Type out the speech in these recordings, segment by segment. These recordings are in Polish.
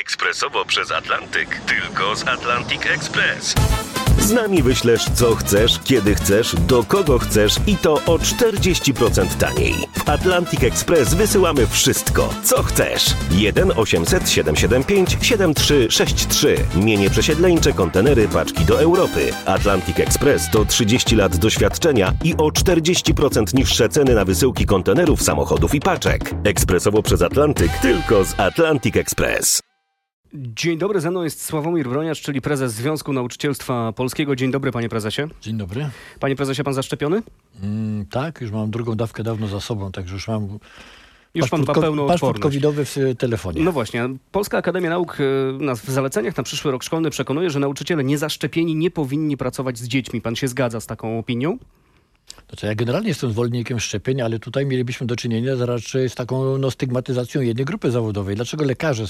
Ekspresowo przez Atlantyk. Tylko z Atlantic Express. Z nami wyślesz co chcesz, kiedy chcesz, do kogo chcesz i to o 40% taniej. W Atlantic Express wysyłamy wszystko, co chcesz. 1 800 775 7363. Mienie przesiedleńcze, kontenery, paczki do Europy. Atlantic Express to 30 lat doświadczenia i o 40% niższe ceny na wysyłki kontenerów, samochodów i paczek. Ekspresowo przez Atlantyk, tylko z Atlantic Express. Dzień dobry, ze mną jest Sławomir Broniarz, czyli prezes Związku Nauczycielstwa Polskiego. Dzień dobry, panie prezesie. Dzień dobry. Panie prezesie, pan zaszczepiony? Tak, już mam drugą dawkę dawno za sobą, także już mam pan ma pełną odporność. Paszport covidowy w telefonie. No właśnie, Polska Akademia Nauk w zaleceniach na przyszły rok szkolny przekonuje, że nauczyciele niezaszczepieni nie powinni pracować z dziećmi. Pan się zgadza z taką opinią? Znaczy, ja generalnie jestem zwolennikiem szczepień, ale tutaj mielibyśmy do czynienia raczej z taką stygmatyzacją jednej grupy zawodowej. Dlaczego lekarze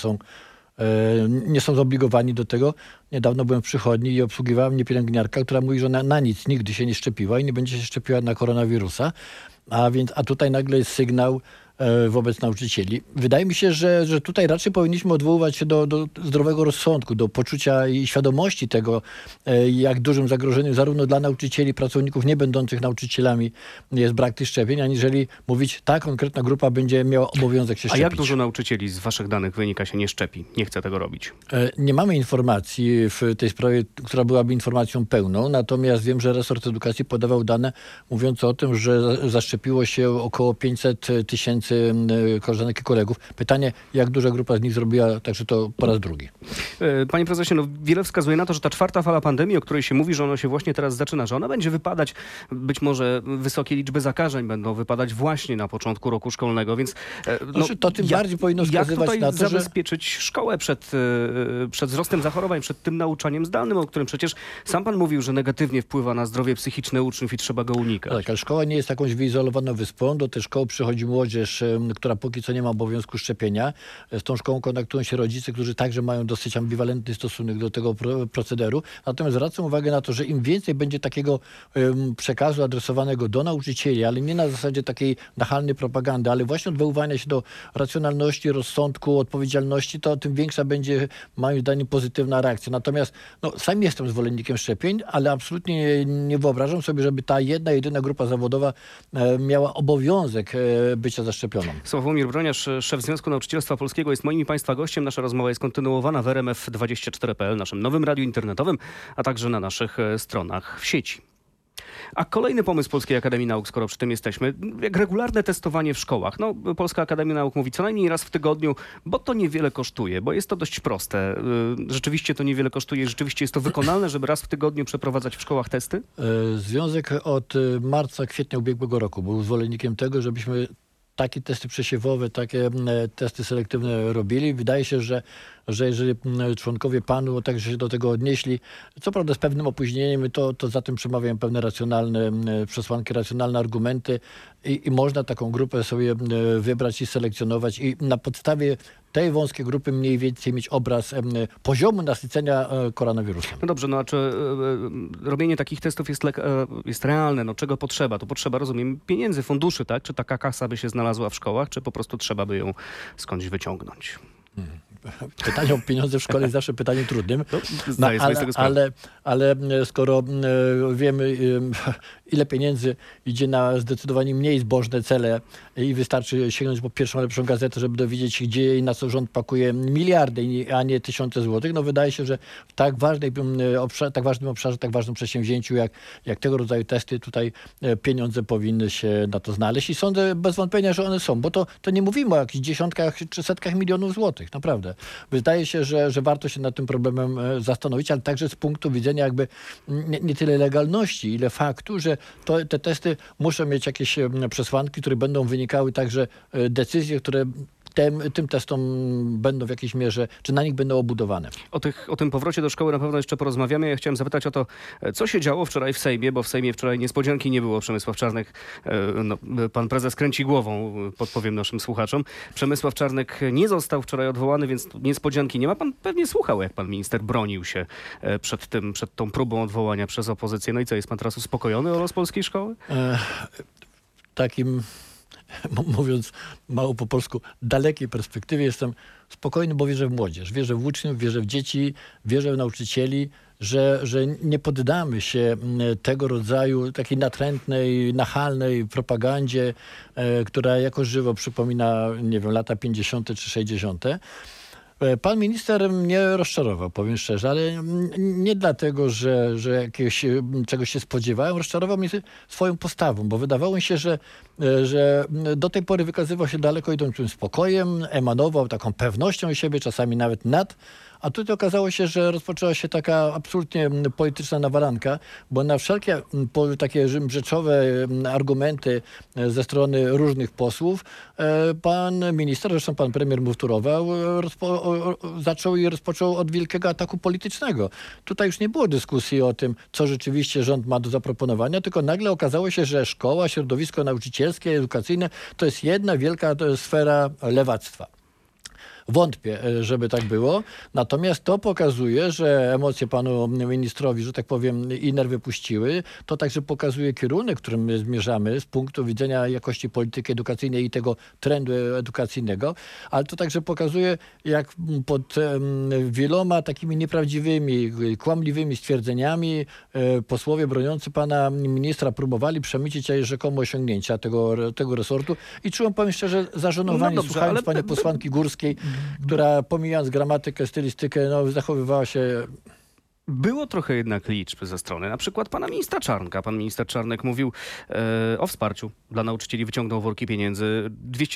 nie są zobligowani do tego? Niedawno byłem w przychodni i obsługiwała mnie pielęgniarka, która mówi, że na nic nigdy się nie szczepiła i nie będzie się szczepiła na koronawirusa. A tutaj nagle jest sygnał wobec nauczycieli. Wydaje mi się, że tutaj raczej powinniśmy odwoływać się do zdrowego rozsądku, do poczucia i świadomości tego, jak dużym zagrożeniem zarówno dla nauczycieli, pracowników nie będących nauczycielami jest brak tych szczepień, aniżeli mówić, ta konkretna grupa będzie miała obowiązek się szczepić. A jak dużo nauczycieli z waszych danych wynika się nie szczepi? Nie chce tego robić. Nie mamy informacji w tej sprawie, która byłaby informacją pełną, natomiast wiem, że resort edukacji podawał dane mówiące o tym, że zaszczepiło się około 500 000 koleżanek i kolegów. Pytanie, jak duża grupa z nich zrobiła, także to po raz drugi. Panie prezesie, wiele wskazuje na to, że ta czwarta fala pandemii, o której się mówi, że ona się właśnie teraz zaczyna, że ona będzie wypadać, być może wysokie liczby zakażeń będą wypadać właśnie na początku roku szkolnego, więc to tym bardziej powinno wskazywać na to, że zabezpieczyć szkołę przed wzrostem zachorowań, przed tym nauczaniem zdalnym, o którym przecież sam pan mówił, że negatywnie wpływa na zdrowie psychiczne uczniów i trzeba go unikać. Tak, ale szkoła nie jest jakąś wyizolowaną wyspą. Do tej szkoły przychodzi młodzież, która póki co nie ma obowiązku szczepienia. Z tą szkołą kontaktują się rodzice, którzy także mają dosyć ambiwalentny stosunek do tego procederu. Natomiast zwracam uwagę na to, że im więcej będzie takiego przekazu adresowanego do nauczycieli, ale nie na zasadzie takiej nachalnej propagandy, ale właśnie odwoływania się do racjonalności, rozsądku, odpowiedzialności, to tym większa będzie, moim zdaniem, pozytywna reakcja. Natomiast sam jestem zwolennikiem szczepień, ale absolutnie nie wyobrażam sobie, żeby ta jedyna grupa zawodowa miała obowiązek bycia zaszczepioną. Sławomir Broniarz, szef Związku Nauczycielstwa Polskiego, jest moim i państwa gościem. Nasza rozmowa jest kontynuowana w RMF24.pl, naszym nowym radiu internetowym, a także na naszych stronach w sieci. A kolejny pomysł Polskiej Akademii Nauk, skoro przy tym jesteśmy, jak regularne testowanie w szkołach. Polska Akademia Nauk mówi co najmniej raz w tygodniu, bo to niewiele kosztuje, bo jest to dość proste. Rzeczywiście to niewiele kosztuje, rzeczywiście jest to wykonalne, żeby raz w tygodniu przeprowadzać w szkołach testy? Związek od marca, kwietnia ubiegłego roku był zwolennikiem tego, żebyśmy takie testy przesiewowe, takie testy selektywne robili. Wydaje się, że jeżeli członkowie PAN-u także się do tego odnieśli, co prawda z pewnym opóźnieniem, to za tym przemawiają pewne racjonalne przesłanki, racjonalne argumenty i można taką grupę sobie wybrać i selekcjonować i na podstawie tej wąskiej grupy mniej więcej mieć obraz poziomu nasycenia koronawirusem. No dobrze, a czy robienie takich testów jest realne? Czego potrzeba? To potrzeba, rozumiem, pieniędzy, funduszy, tak? Czy taka kasa by się znalazła w szkołach, czy po prostu trzeba by ją skądś wyciągnąć? Pytanie o pieniądze w szkole jest zawsze pytaniem trudnym. Ale skoro wiemy, ile pieniędzy idzie na zdecydowanie mniej zbożne cele i wystarczy sięgnąć po pierwszą lepszą gazetę, żeby dowiedzieć się, gdzie i na co rząd pakuje miliardy, a nie tysiące złotych, wydaje się, że w tak ważnym obszarze, tak ważnym przedsięwzięciu, jak tego rodzaju testy, tutaj pieniądze powinny się na to znaleźć i sądzę bez wątpienia, że one są, bo to nie mówimy o jakichś dziesiątkach czy setkach milionów złotych, naprawdę. Wydaje się, że warto się nad tym problemem zastanowić, ale także z punktu widzenia jakby nie tyle legalności, ile faktu, że te testy muszą mieć jakieś przesłanki, które będą wynikały także decyzje, które tym testom będą w jakiejś mierze, czy na nich będą obudowane. O tym powrocie do szkoły na pewno jeszcze porozmawiamy. Ja chciałem zapytać o to, co się działo wczoraj w Sejmie, bo w Sejmie wczoraj niespodzianki nie było. Przemysław Czarnek, pan prezes kręci głową, podpowiem naszym słuchaczom. Przemysław Czarnek nie został wczoraj odwołany, więc niespodzianki nie ma. Pan pewnie słuchał, jak pan minister bronił się przed tą próbą odwołania przez opozycję. No i co, jest pan teraz uspokojony o los polskiej szkoły? Takim mówiąc mało po polsku, dalekiej perspektywie jestem spokojny, bo wierzę w młodzież, wierzę w uczniów, wierzę w dzieci, wierzę w nauczycieli, że nie poddamy się tego rodzaju takiej natrętnej, nachalnej propagandzie, która jako żywo przypomina, nie wiem, lata 50. czy 60. Pan minister mnie rozczarował, powiem szczerze, ale nie dlatego, że czegoś się spodziewałem. Rozczarował mnie swoją postawą, bo wydawało mi się, że do tej pory wykazywał się daleko idącym spokojem, emanował taką pewnością siebie, czasami nawet nad. A tutaj okazało się, że rozpoczęła się taka absolutnie polityczna nawalanka, bo na wszelkie takie rzeczowe argumenty ze strony różnych posłów pan minister, zresztą pan premier mu wtórował, zaczął i rozpoczął od wielkiego ataku politycznego. Tutaj już nie było dyskusji o tym, co rzeczywiście rząd ma do zaproponowania, tylko nagle okazało się, że szkoła, środowisko nauczycielskie, edukacyjne to jest jedna wielka sfera lewactwa. Wątpię, żeby tak było. Natomiast to pokazuje, że emocje panu ministrowi, że tak powiem, i nerwy puściły. To także pokazuje kierunek, którym my zmierzamy z punktu widzenia jakości polityki edukacyjnej i tego trendu edukacyjnego. Ale to także pokazuje, jak pod wieloma takimi nieprawdziwymi, kłamliwymi stwierdzeniami posłowie broniący pana ministra próbowali przemycić rzekomo osiągnięcia tego resortu. I czułem, powiem szczerze, zażenowani, słuchając pani posłanki Górskiej, która pomijając gramatykę, stylistykę, zachowywała się... Było trochę jednak liczb ze strony, na przykład pana ministra Czarnka. Pan minister Czarnek mówił o wsparciu dla nauczycieli, wyciągnął worki pieniędzy.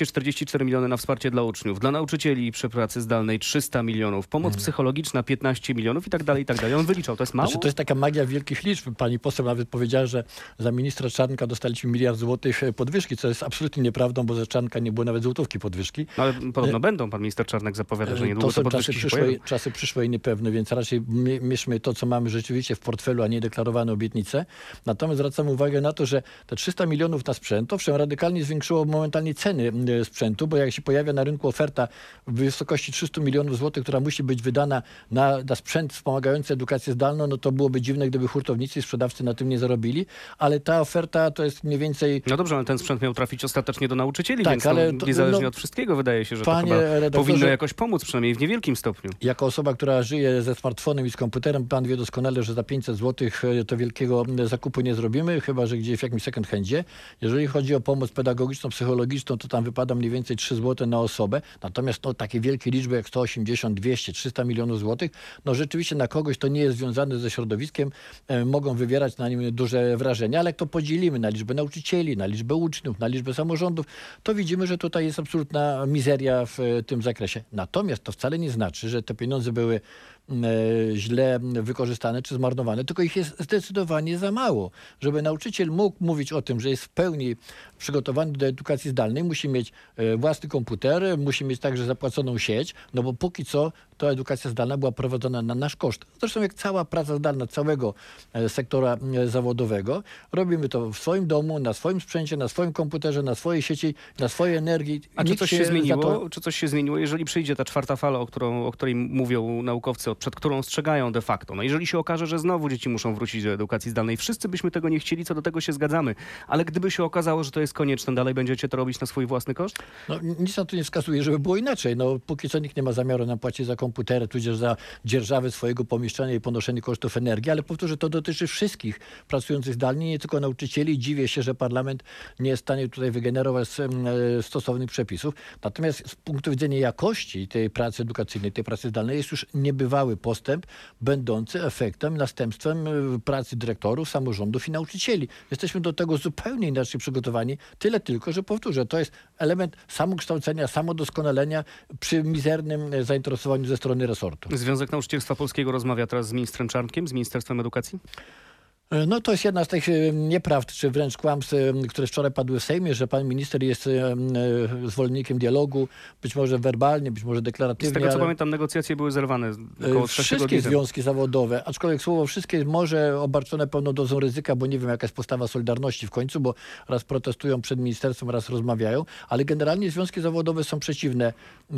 244 miliony na wsparcie dla uczniów, dla nauczycieli przy pracy zdalnej 300 milionów, pomoc psychologiczna 15 milionów i tak dalej, i tak dalej. On wyliczał, to jest mało? To jest taka magia wielkich liczb. Pani poseł nawet powiedziała, że za ministra Czarnka dostaliśmy 1 miliard złotych podwyżki, co jest absolutnie nieprawdą, bo za Czarnka nie było nawet złotówki podwyżki. No, ale podobno będą. Pan minister Czarnek zapowiada, że niedługo te podwyżki się pojawią. Czasy przyszłe i niepewne, więc raczej mierzmy to, co mamy rzeczywiście w portfelu, a nie deklarowane obietnice. Natomiast zwracam uwagę na to, że te 300 milionów na sprzęt, owszem, radykalnie zwiększyło momentalnie ceny sprzętu, bo jak się pojawia na rynku oferta w wysokości 300 milionów złotych, która musi być wydana na sprzęt wspomagający edukację zdalną, no to byłoby dziwne, gdyby hurtownicy i sprzedawcy na tym nie zarobili, ale ta oferta to jest mniej więcej... No dobrze, ale ten sprzęt miał trafić ostatecznie do nauczycieli, tak, więc ale niezależnie od wszystkiego wydaje się, że to chyba powinno jakoś pomóc, przynajmniej w niewielkim stopniu. Jako osoba, która żyje ze smartfonem i z komputerem, pan wie doskonale, że za 500 zł to wielkiego zakupu nie zrobimy, chyba że gdzieś w jakimś second handzie. Jeżeli chodzi o pomoc pedagogiczną, psychologiczną, to tam wypada mniej więcej 3 zł na osobę. Natomiast takie wielkie liczby jak 180, 200, 300 milionów złotych, rzeczywiście na kogoś, kto nie jest związany ze środowiskiem, mogą wywierać na nim duże wrażenie, ale jak to podzielimy na liczbę nauczycieli, na liczbę uczniów, na liczbę samorządów, to widzimy, że tutaj jest absolutna mizeria w tym zakresie. Natomiast to wcale nie znaczy, że te pieniądze były źle wykorzystane czy zmarnowane, tylko ich jest zdecydowanie za mało. Żeby nauczyciel mógł mówić o tym, że jest w pełni przygotowany do edukacji zdalnej, musi mieć własny komputer, musi mieć także zapłaconą sieć, bo póki co to edukacja zdalna była prowadzona na nasz koszt. Zresztą jak cała praca zdalna całego sektora zawodowego, robimy to w swoim domu, na swoim sprzęcie, na swoim komputerze, na swojej sieci, na swojej energii. A czy coś się zmieniło? Czy coś się zmieniło, jeżeli przyjdzie ta 4. fala, o której mówią naukowcy, przed którą ostrzegają de facto? No jeżeli się okaże, że znowu dzieci muszą wrócić do edukacji zdalnej, wszyscy byśmy tego nie chcieli, co do tego się zgadzamy, ale gdyby się okazało, że to jest konieczne, dalej będziecie to robić na swój własny koszt? Nic na to nie wskazuje, żeby było inaczej. Póki co nikt nie ma zamiaru nam płacić za komputery, tudzież za dzierżawę swojego pomieszczenia i ponoszenie kosztów energii, ale powtórzę, to dotyczy wszystkich pracujących zdalnie, nie tylko nauczycieli. Dziwię się, że parlament nie jest w stanie tutaj wygenerować stosownych przepisów. Natomiast z punktu widzenia jakości tej pracy edukacyjnej, tej pracy zdalnej jest już niebywały postęp, będący efektem, następstwem pracy dyrektorów, samorządów i nauczycieli. Jesteśmy do tego zupełnie inaczej przygotowani. Tyle tylko, że powtórzę, to jest element samokształcenia, samodoskonalenia przy mizernym zainteresowaniu ze strony resortu. Związek Nauczycielstwa Polskiego rozmawia teraz z ministrem Czarnkiem, z Ministerstwem Edukacji? To jest jedna z tych nieprawd, czy wręcz kłamstw, które wczoraj padły w Sejmie, że pan minister jest zwolennikiem dialogu, być może werbalnie, być może deklaratywnie. Z tego co pamiętam, negocjacje były zerwane około 3 Wszystkie tygodni związki zawodowe, aczkolwiek słowo wszystkie może obarczone pełną dozą ryzyka, bo nie wiem jaka jest postawa Solidarności w końcu, bo raz protestują przed ministerstwem, raz rozmawiają, ale generalnie związki zawodowe są przeciwne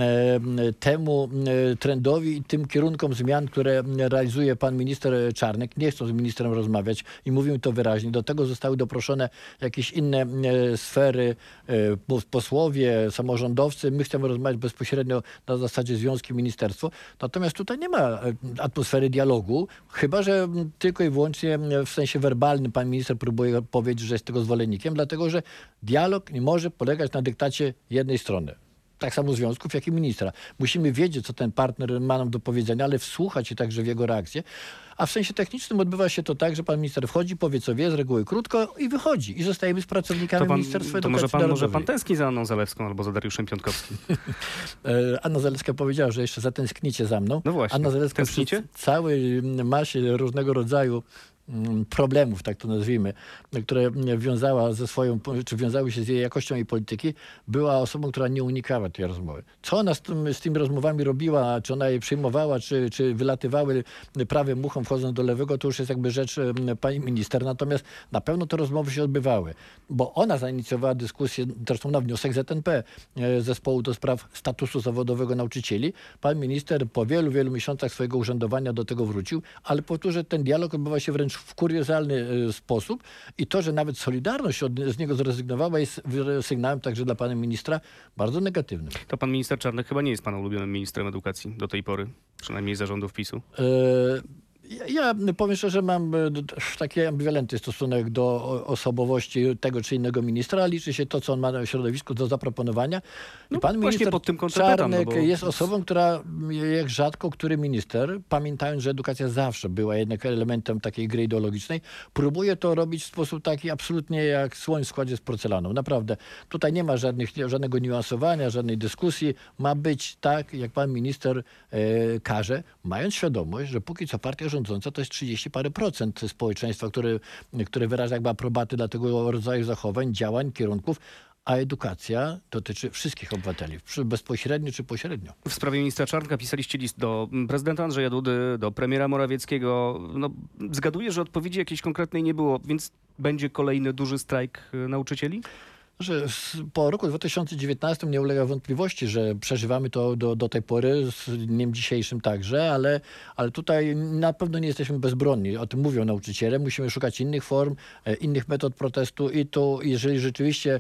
temu trendowi i tym kierunkom zmian, które realizuje pan minister Czarnek. Nie chcą z ministrem rozmawiać. zrobić i mówimy to wyraźnie. Do tego zostały doproszone jakieś inne sfery, posłowie, samorządowcy. My chcemy rozmawiać bezpośrednio na zasadzie związki ministerstwo. Natomiast tutaj nie ma atmosfery dialogu, chyba że tylko i wyłącznie w sensie werbalnym pan minister próbuje powiedzieć, że jest tego zwolennikiem, dlatego że dialog nie może polegać na dyktacie jednej strony. Tak samo związków, jak i ministra. Musimy wiedzieć, co ten partner ma nam do powiedzenia, ale wsłuchać się także w jego reakcję. A w sensie technicznym odbywa się to tak, że pan minister wchodzi, powie co wie, z reguły krótko i wychodzi. I zostajemy z pracownikami Ministerstwa Edukacji Narodowej. Może pan tęskni za Anną Zalewską albo za Dariuszem Piątkowskim? Anna Zalewska powiedziała, że jeszcze zatęsknicie za mną. No właśnie. Anna Zalewska przy całej masie różnego rodzaju problemów, tak to nazwijmy, które wiązały się z jej jakością jej polityki, była osobą, która nie unikała tej rozmowy. Co ona z tymi rozmowami robiła, czy ona je przyjmowała, czy wylatywały prawym muchą wchodząc do lewego, to już jest jakby rzecz pani minister. Natomiast na pewno te rozmowy się odbywały, bo ona zainicjowała dyskusję, zresztą na wniosek ZNP, Zespołu do Spraw Statusu Zawodowego Nauczycieli. Pan minister po wielu miesiącach swojego urzędowania do tego wrócił, ale powtórzę, ten dialog odbywa się wręcz w kuriozalny sposób i to, że nawet Solidarność z niego zrezygnowała, jest sygnałem także dla pana ministra bardzo negatywnym. To pan minister Czarnek chyba nie jest pana ulubionym ministrem edukacji do tej pory, przynajmniej zarządów PiS-u. Ja powiem szczerze, mam taki ambiwalentny stosunek do osobowości tego czy innego ministra. Liczy się to, co on ma na środowisku do zaproponowania. I pan minister pod tym kątem Czarnek jest osobą, która jak rzadko który minister, pamiętając, że edukacja zawsze była jednak elementem takiej gry ideologicznej, próbuje to robić w sposób taki absolutnie jak słoń w składzie z porcelaną. Naprawdę. Tutaj nie ma żadnego niuansowania, żadnej dyskusji. Ma być tak, jak pan minister każe, mając świadomość, że póki co partia rządząca to jest 30 parę procent społeczeństwa, które wyraża jakby aprobaty dla tego rodzaju zachowań, działań, kierunków, a edukacja dotyczy wszystkich obywateli, bezpośrednio czy pośrednio. W sprawie ministra Czarnka pisaliście list do prezydenta Andrzeja Dudy, do premiera Morawieckiego. Zgaduję, że odpowiedzi jakiejś konkretnej nie było, więc będzie kolejny duży strajk nauczycieli? Że po roku 2019 nie ulega wątpliwości, że przeżywamy to do tej pory, z dniem dzisiejszym także, ale tutaj na pewno nie jesteśmy bezbronni. O tym mówią nauczyciele. Musimy szukać innych form, innych metod protestu i tu, jeżeli rzeczywiście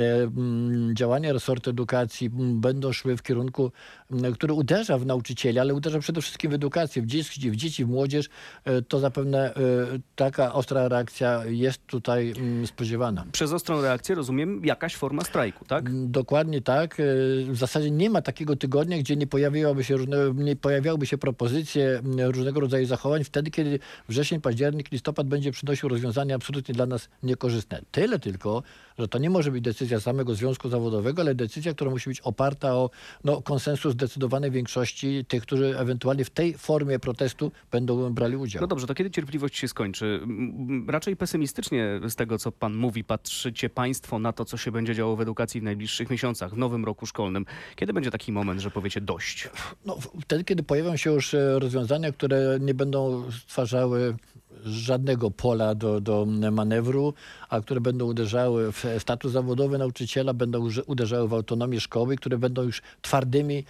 działania resortu edukacji będą szły w kierunku, który uderza w nauczycieli, ale uderza przede wszystkim w edukację, w dzieci, w młodzież, to zapewne taka ostra reakcja jest tutaj spodziewana. Przez ostrą reakcję rozumiem jakaś forma strajku, tak? Dokładnie tak. W zasadzie nie ma takiego tygodnia, gdzie nie pojawiałyby się propozycje różnego rodzaju zachowań wtedy, kiedy wrzesień, październik, listopad będzie przynosił rozwiązania absolutnie dla nas niekorzystne. Tyle tylko, że to nie może być decyzja samego związku zawodowego, ale decyzja, która musi być oparta o konsensus zdecydowanej większości tych, którzy ewentualnie w tej formie protestu będą brali udział. No dobrze, to kiedy cierpliwość się skończy? Raczej pesymistycznie z tego, co pan mówi, patrzycie państwo na to, co się będzie działo w edukacji w najbliższych miesiącach, w nowym roku szkolnym. Kiedy będzie taki moment, że powiecie dość? Wtedy, kiedy pojawią się już rozwiązania, które nie będą stwarzały żadnego pola do manewru, a które będą uderzały w status zawodowy nauczyciela, będą uderzały w autonomię szkoły, które będą już twardymi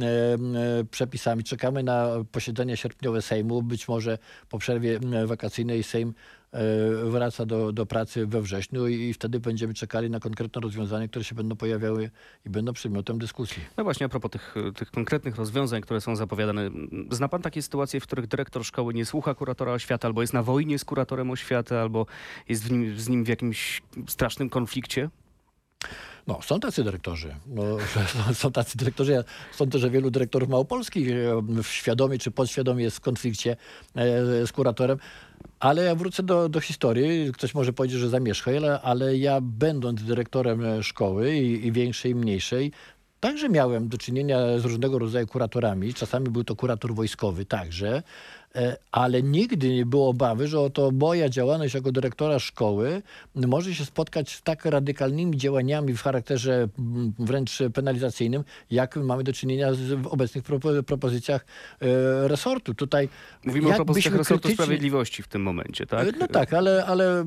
przepisami. Czekamy na posiedzenie sierpniowe Sejmu. Być może po przerwie wakacyjnej Sejm wraca do pracy we wrześniu i wtedy będziemy czekali na konkretne rozwiązania, które się będą pojawiały i będą przedmiotem dyskusji. No właśnie, a propos tych konkretnych rozwiązań, które są zapowiadane. Zna pan takie sytuacje, w których dyrektor szkoły nie słucha kuratora oświaty, albo jest na wojnie z kuratorem oświaty, albo jest z nim w jakimś strasznym konflikcie? Są tacy dyrektorzy. Są tacy dyrektorzy. Ja sądzę, że wielu dyrektorów małopolskich świadomie czy podświadomie jest w konflikcie z kuratorem. Ale ja wrócę do historii. Ktoś może powiedzieć, że zamierzchaj, ale ja będąc dyrektorem szkoły i większej, i mniejszej, także miałem do czynienia z różnego rodzaju kuratorami. Czasami był to kurator wojskowy także. Ale nigdy nie było obawy, że oto moja działalność jako dyrektora szkoły może się spotkać z tak radykalnymi działaniami w charakterze wręcz penalizacyjnym, jak mamy do czynienia w obecnych propozycjach resortu. Tutaj mówimy o propozycjach resortu sprawiedliwości w tym momencie, tak? No tak, ale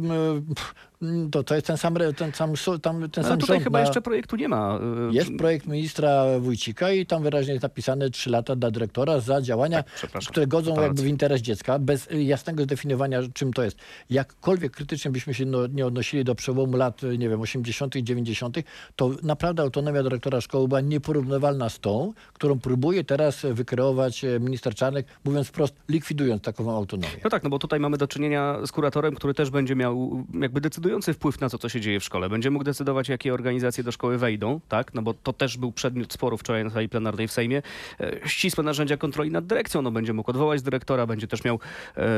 to jest ten sam tutaj rząd. Chyba jeszcze projektu nie ma. Jest projekt ministra Wójcika i tam wyraźnie jest napisane 3 lata dla dyrektora za działania, które godzą jakby w interes dziecka, bez jasnego zdefiniowania, czym to jest. Jakkolwiek krytycznie byśmy się nie odnosili do przełomu lat, nie wiem, 80., 90., to naprawdę autonomia dyrektora szkoły była nieporównywalna z tą, którą próbuje teraz wykreować minister Czarnek, mówiąc wprost, likwidując taką autonomię. No tak, no bo tutaj mamy do czynienia z kuratorem, który też będzie miał jakby decydujący wpływ na to, co się dzieje w szkole. Będzie mógł decydować, jakie organizacje do szkoły wejdą, tak? No bo to też był przedmiot sporu wczoraj na sali plenarnej w Sejmie. Ścisłe narzędzia kontroli nad dyrekcją, no będzie mógł odwołać dyrektora, będzie też miał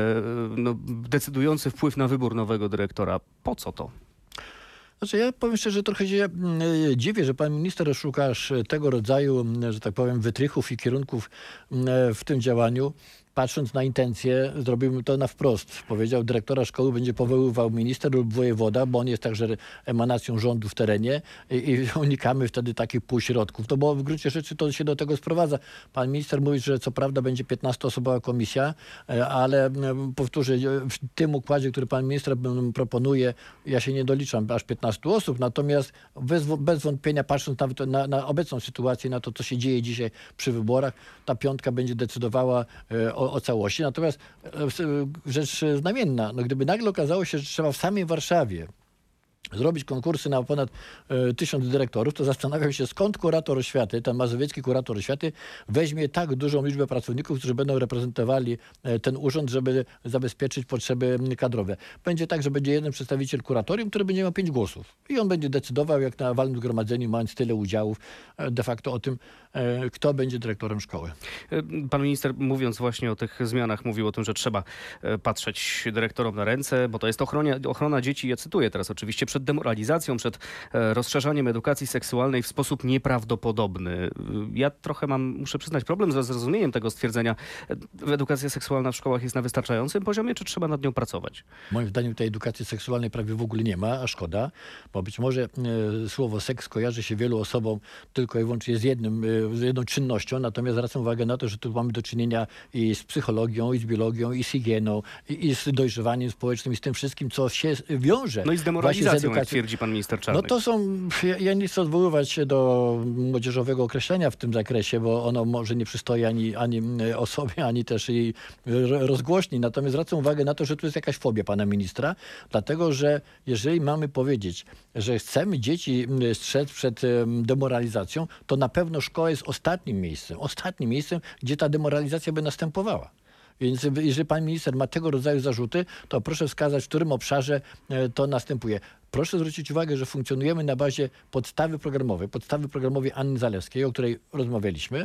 decydujący wpływ na wybór nowego dyrektora. Po co to? Znaczy ja powiem szczerze, trochę się dziwię, że pan minister szuka tego rodzaju, że tak powiem, wytrychów i kierunków w tym działaniu. Patrząc na intencje, zrobimy to na wprost. Powiedział, dyrektora szkoły będzie powoływał minister lub wojewoda, bo on jest także emanacją rządu w terenie i unikamy wtedy takich półśrodków. To bo w gruncie rzeczy to się do tego sprowadza. Pan minister mówi, że co prawda będzie 15-osobowa komisja, ale powtórzę, w tym układzie, który pan minister proponuje, ja się nie doliczam aż 15 osób, natomiast bez wątpienia, patrząc nawet na obecną sytuację, na to, co się dzieje dzisiaj przy wyborach, ta piątka będzie decydowała o całości. Natomiast rzecz znamienna, no gdyby nagle okazało się, że trzeba w samej Warszawie zrobić konkursy na ponad 1000 dyrektorów, to zastanawiam się, skąd kurator oświaty, ten mazowiecki kurator oświaty, weźmie tak dużą liczbę pracowników, którzy będą reprezentowali ten urząd, żeby zabezpieczyć potrzeby kadrowe. Będzie tak, że będzie jeden przedstawiciel kuratorium, który będzie miał 5 głosów. I on będzie decydował, jak na walnym zgromadzeniu, mając tyle udziałów, de facto o tym, kto będzie dyrektorem szkoły. Pan minister, mówiąc właśnie o tych zmianach, mówił o tym, że trzeba patrzeć dyrektorom na ręce, bo to jest ochrona dzieci, ja cytuję teraz oczywiście, przed demoralizacją, przed rozszerzaniem edukacji seksualnej w sposób nieprawdopodobny. Ja trochę muszę przyznać, problem ze zrozumieniem tego stwierdzenia. Edukacja seksualna w szkołach jest na wystarczającym poziomie, czy trzeba nad nią pracować? Moim zdaniem tej edukacji seksualnej prawie w ogóle nie ma, a szkoda, bo być może słowo seks kojarzy się wielu osobom tylko i wyłącznie z jedną czynnością, natomiast zwracam uwagę na to, że tu mamy do czynienia i z psychologią, i z biologią, i z higieną, i z dojrzewaniem społecznym, i z tym wszystkim, co się wiąże. No i z demoralizacją, jak twierdzi pan minister Czarnek. No to są, ja nie chcę odwoływać się do młodzieżowego określenia w tym zakresie, bo ono może nie przystoi ani osobie, ani też jej rozgłośni. Natomiast zwracam uwagę na to, że tu jest jakaś fobia pana ministra, dlatego że jeżeli mamy powiedzieć, że chcemy dzieci strzec przed demoralizacją, to na pewno szkoła jest ostatnim miejscem, gdzie ta demoralizacja by następowała. Więc jeżeli pan minister ma tego rodzaju zarzuty, to proszę wskazać, w którym obszarze to następuje. Proszę zwrócić uwagę, że funkcjonujemy na bazie podstawy programowej Anny Zalewskiej, o której rozmawialiśmy,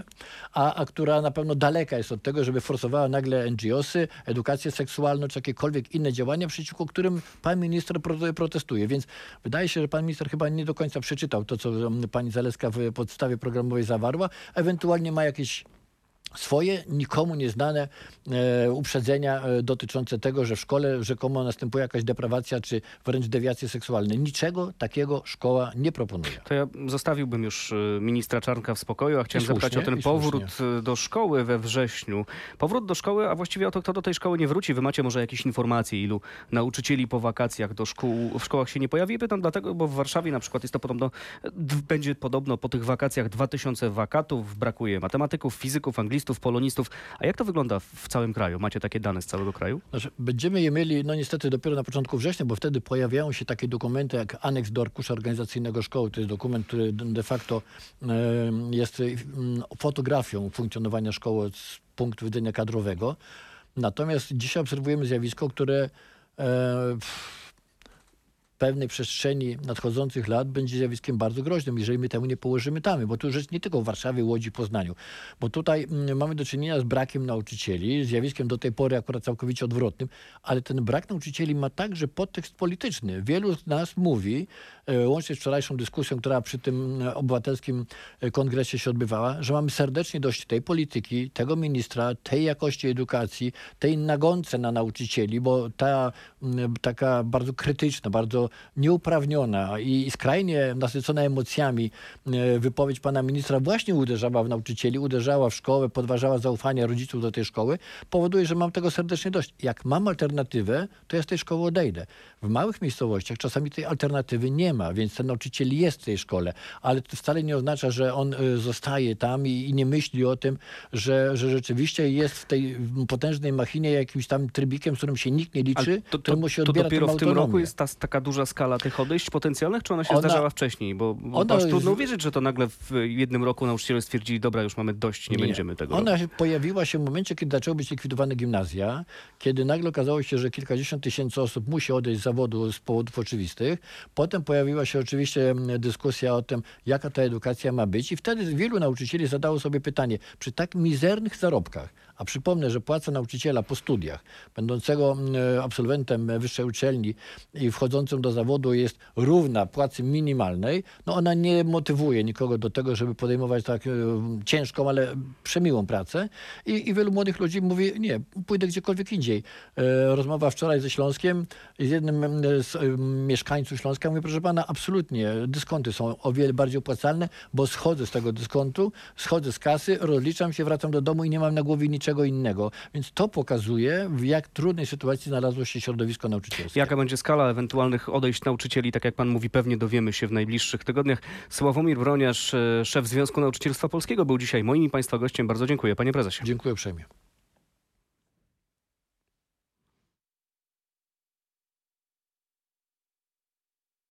a która na pewno daleka jest od tego, żeby forsowała nagle NGO-sy, edukację seksualną, czy jakiekolwiek inne działania, przeciwko którym pan minister protestuje. Więc wydaje się, że pan minister chyba nie do końca przeczytał to, co pani Zalewska w podstawie programowej zawarła, ewentualnie ma jakieś swoje, nikomu nieznane uprzedzenia dotyczące tego, że w szkole rzekomo następuje jakaś deprawacja, czy wręcz dewiacje seksualne. Niczego takiego szkoła nie proponuje. To ja zostawiłbym już ministra Czarnka w spokoju, a chciałem zapytać o ten powrót do szkoły we wrześniu. Powrót do szkoły, a właściwie o to, kto do tej szkoły nie wróci. Wy macie może jakieś informacje, ilu nauczycieli po wakacjach do szkół, w szkołach się nie pojawi? Pytam dlatego, bo w Warszawie na przykład jest to będzie podobno po tych wakacjach 2000 wakatów, brakuje matematyków, fizyków, anglistów, polonistów. A jak to wygląda w całym kraju? Macie takie dane z całego kraju? Znaczy, będziemy je mieli, no niestety dopiero na początku września, bo wtedy pojawiają się takie dokumenty jak aneks do arkusza organizacyjnego szkoły. To jest dokument, który de facto jest fotografią funkcjonowania szkoły z punktu widzenia kadrowego. Natomiast dzisiaj obserwujemy zjawisko, które pewnej przestrzeni nadchodzących lat będzie zjawiskiem bardzo groźnym, jeżeli my temu nie położymy tamy, bo tu rzecz nie tylko w Warszawie, Łodzi, Poznaniu, bo tutaj mamy do czynienia z brakiem nauczycieli, zjawiskiem do tej pory akurat całkowicie odwrotnym, ale ten brak nauczycieli ma także podtekst polityczny. Wielu z nas mówi, łącznie z wczorajszą dyskusją, która przy tym obywatelskim kongresie się odbywała, że mamy serdecznie dość tej polityki, tego ministra, tej jakości edukacji, tej nagonce na nauczycieli, bo ta taka bardzo krytyczna, bardzo nieuprawniona i skrajnie nasycona emocjami wypowiedź pana ministra właśnie uderzała w nauczycieli, uderzała w szkołę, podważała zaufanie rodziców do tej szkoły, powoduje, że mam tego serdecznie dość. Jak mam alternatywę, to ja z tej szkoły odejdę. W małych miejscowościach czasami tej alternatywy nie ma, więc ten nauczyciel jest w tej szkole, ale to wcale nie oznacza, że on zostaje tam i nie myśli o tym, że rzeczywiście jest w tej potężnej machinie jakimś tam trybikiem, z którym się nikt nie liczy, któremu się odbiera dopiero tą w tym roku autonomię. jest taka duża skala tych odejść potencjalnych, czy ona się zdarzała wcześniej? Bo aż trudno uwierzyć, że to nagle w jednym roku nauczyciele stwierdzili, dobra, już mamy dość, nie będziemy tego robić. Ona pojawiła się w momencie, kiedy zaczęły być likwidowane gimnazja, kiedy nagle okazało się, że kilkadziesiąt tysięcy osób musi odejść z zawodu z powodów oczywistych. Potem pojawiła się oczywiście dyskusja o tym, jaka ta edukacja ma być i wtedy wielu nauczycieli zadało sobie pytanie, przy tak mizernych zarobkach, a przypomnę, że płaca nauczyciela po studiach, będącego absolwentem wyższej uczelni i wchodzącym do zawodu jest równa płacy minimalnej, no ona nie motywuje nikogo do tego, żeby podejmować tak ciężką, ale przemiłą pracę i wielu młodych ludzi mówi, nie, pójdę gdziekolwiek indziej. Rozmowa wczoraj ze Śląskiem i z jednym z mieszkańców Śląska mówi, proszę pana, absolutnie dyskonty są o wiele bardziej opłacalne, bo schodzę z tego dyskontu, schodzę z kasy, rozliczam się, wracam do domu i nie mam na głowie niczego innego. Więc to pokazuje, w jak trudnej sytuacji znalazło się środowisko nauczycielskie. Jaka będzie skala ewentualnych odejść nauczycieli, tak jak pan mówi, pewnie dowiemy się w najbliższych tygodniach. Sławomir Broniarz, szef Związku Nauczycielstwa Polskiego, był dzisiaj moim i państwa gościem. Bardzo dziękuję, panie prezesie. Dziękuję uprzejmie.